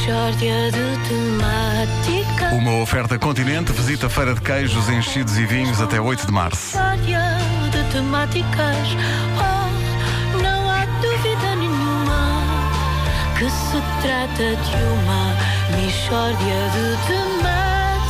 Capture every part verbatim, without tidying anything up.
Mixórdia de temáticas. Uma oferta Continente. Visita a Feira de Queijos, Enchidos e Vinhos até oito de março. Mixórdia de temáticas. Oh, não há dúvida nenhuma que se trata de uma mixórdia de temáticas.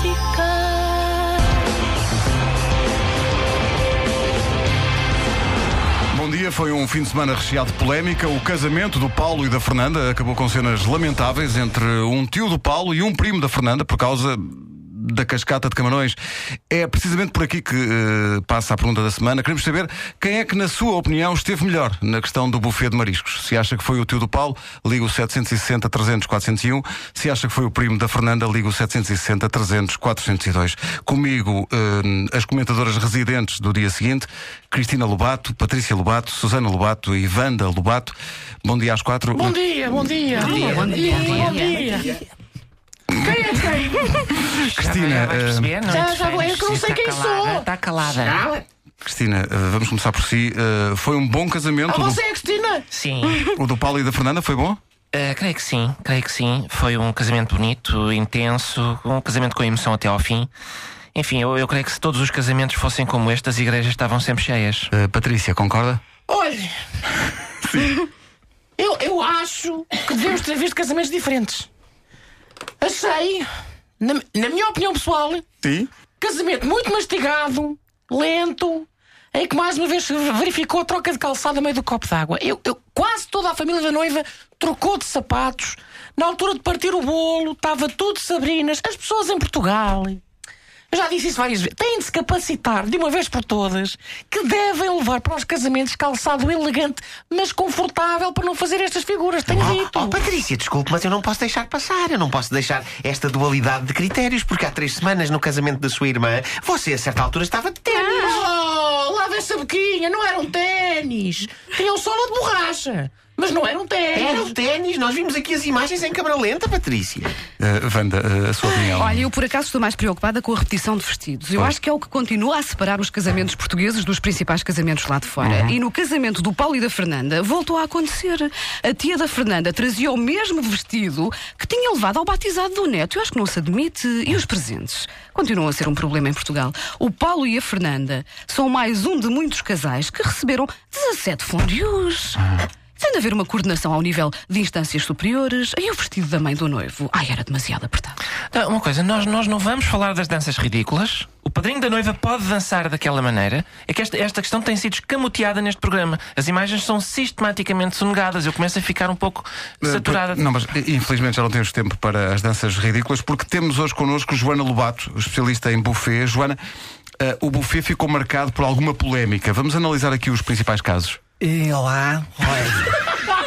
Bom dia, foi um fim de semana recheado de polémica. O casamento do Paulo e da Fernanda acabou com cenas lamentáveis entre um tio do Paulo e um primo da Fernanda por causa da cascata de Camarões. É precisamente por aqui que uh, passa a pergunta da semana. Queremos saber quem é que, na sua opinião, esteve melhor na questão do buffet de mariscos. Se acha que foi o tio do Paulo, liga o setecentos e sessenta, trezentos, quatrocentos e um. Se acha que foi o primo da Fernanda, liga o setecentos e sessenta, trezentos, quatrocentos e dois. Comigo, uh, as comentadoras residentes do dia seguinte: Cristina Lobato, Patrícia Lobato, Susana Lobato e Wanda Lobato. Bom dia às quatro. Bom dia, bom dia. Bom dia, bom dia. Bom dia. Quem é quem? Cristina, Já, uh, já, já vou, eu que não sei quem sou. Está calada. Cristina, uh, vamos começar por si. Uh, foi um bom casamento. Ah, o você do, é Cristina? Sim. o do Paulo e da Fernanda foi bom? Uh, creio que sim, creio que sim. Foi um casamento bonito, intenso, um casamento com emoção até ao fim. Enfim, eu, eu creio que se todos os casamentos fossem como este, as igrejas estavam sempre cheias. Uh, Patrícia, concorda? Olhe, eu, eu acho que devemos ter visto casamentos diferentes. Achei, na, na minha opinião pessoal, Sim. casamento muito mastigado, lento, em que mais uma vez se verificou a troca de calçado a meio do copo d'água. Eu, eu, quase toda a família da noiva trocou de sapatos. Na altura de partir o bolo, estava tudo sabrinas. As pessoas em Portugal, eu já disse isso várias vezes, têm de se capacitar de uma vez por todas que devem levar para os casamentos calçado elegante, mas confortável, para não fazer estas figuras. Tenho dito. Oh, Patrícia, desculpe, mas eu não posso deixar passar. Eu não posso deixar esta dualidade de critérios, porque há três semanas no casamento da sua irmã, você a certa altura estava de ténis. Oh, lá vê-se a boquinha, não era um ténis. Tinham sola de borracha, mas não era um ténis. Era o ténis. Nós vimos aqui as imagens em câmara lenta, Patrícia. Uh, Wanda, uh, a sua opinião? Olha, eu por acaso estou mais preocupada com a repetição de vestidos. Eu Pois. acho que é o que continua a separar os casamentos portugueses dos principais casamentos lá de fora. Uhum. E no casamento do Paulo e da Fernanda voltou a acontecer. A tia da Fernanda trazia o mesmo vestido que tinha levado ao batizado do neto. Eu acho que não se admite. E os presentes? Continuam a ser um problema em Portugal. O Paulo e a Fernanda são mais um de muitos casais que receberam dezassete fondues. Tem de haver uma coordenação ao nível de instâncias superiores. E o vestido da mãe do noivo? Ai, era demasiado apertado. Tá, uma coisa, nós, nós não vamos falar das danças ridículas. O padrinho da noiva pode dançar daquela maneira. É que esta, esta questão tem sido escamoteada neste programa. As imagens são sistematicamente sonegadas. Eu começo a ficar um pouco saturada. Uh, não, mas infelizmente já não temos tempo para as danças ridículas, porque temos hoje connosco Joana Lobato, especialista em buffet. Joana, uh, o buffet ficou marcado por alguma polémica. Vamos analisar aqui os principais casos. E, olá, olha.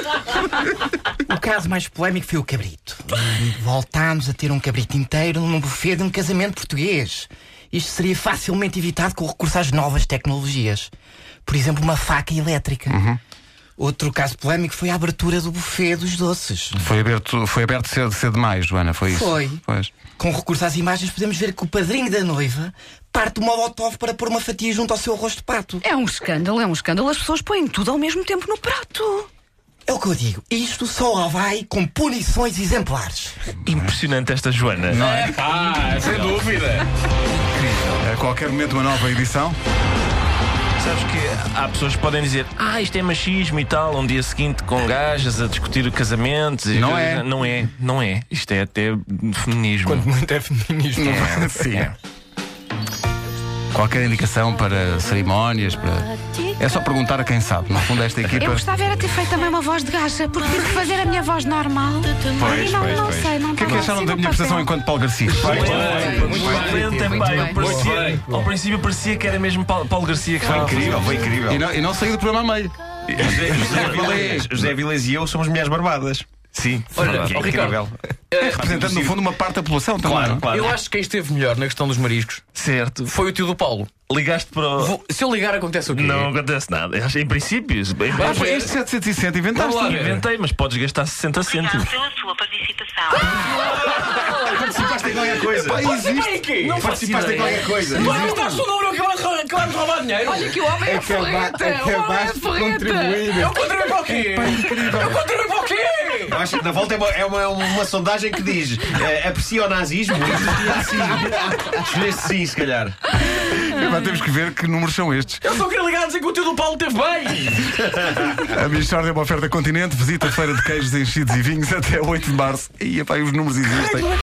O caso mais polémico foi o cabrito. Voltámos a ter um cabrito inteiro num buffet de um casamento português. Isto seria facilmente evitado com o recurso às novas tecnologias. Por exemplo, uma faca elétrica. Uhum. Outro caso polémico foi a abertura do buffet dos doces. Foi aberto, foi aberto cedo, cedo demais, Joana, foi isso? Foi. Pois. Com recurso às imagens podemos ver que o padrinho da noiva parte o molotov para pôr uma fatia junto ao seu arroz de pato. É um escândalo, é um escândalo. As pessoas põem tudo ao mesmo tempo no prato. É o que eu digo. Isto só vai com punições exemplares. Impressionante esta Joana. Não é? Ah, sem dúvida. A qualquer momento uma nova edição. Sabes que há pessoas que podem dizer: ah, isto é machismo e tal. Um dia seguinte com gajas a discutir casamentos e Não coisas. é. Não é, não é. Isto é até feminismo. Quanto muito é feminismo. É, Sim. é. Qualquer indicação para cerimónias, para... é só perguntar a quem sabe. No fundo, esta equipa. Eu gostava era ter feito também uma voz de gaja, porque tive que fazer a minha voz normal. Pois, e não, pois, não pois. sei, não O que é que estava acharam assim da no minha prestação papel. enquanto Paulo Garcia? Muito bem, Muito pá, bem. eu parecia- Ao princípio parecia que era mesmo Paulo, Paulo Garcia que Foi estava a incrível, fazer. foi incrível. E não, e não saiu do programa a meio. José, José, Vilés, José Vilés e eu somos mulheres barbadas. Sim, Olha, que é ó, Ricardo, incrível. Representando, no fundo, uma parte da população também. Claro, não? claro. Eu acho que quem esteve melhor na questão dos mariscos Certo. foi o tio do Paulo. Ligaste para o... Vou- se eu ligar, acontece o quê? Não acontece nada. Em princípio, em Ah, princípio este setecentos e sessenta inventaste. Vamos lá ver. inventei, mas podes gastar sessenta cêntimos. pela sua participação. Participaste em qualquer coisa. Pá, existe. Em quê? Não faço Participaste em ideia. qualquer coisa. Tu apostaste o número que vai acabar de roubar dinheiro. Olha que o homem é ferreta. O homem é ferreta. Eu contribuí para o quê? Eu contribuí para o quê? Eu acho que na volta é uma, é uma, uma sondagem que diz eh, aprecia o nazismo. Escolheste sim, se calhar. Epá, temos que ver que números são estes. Eu só queria ligar a dizer que o tio do Paulo teve bem. A Mixórdia é uma oferta Continente. Visita a feira de queijos, enchidos e vinhos até oito de março. E epá, os números existem.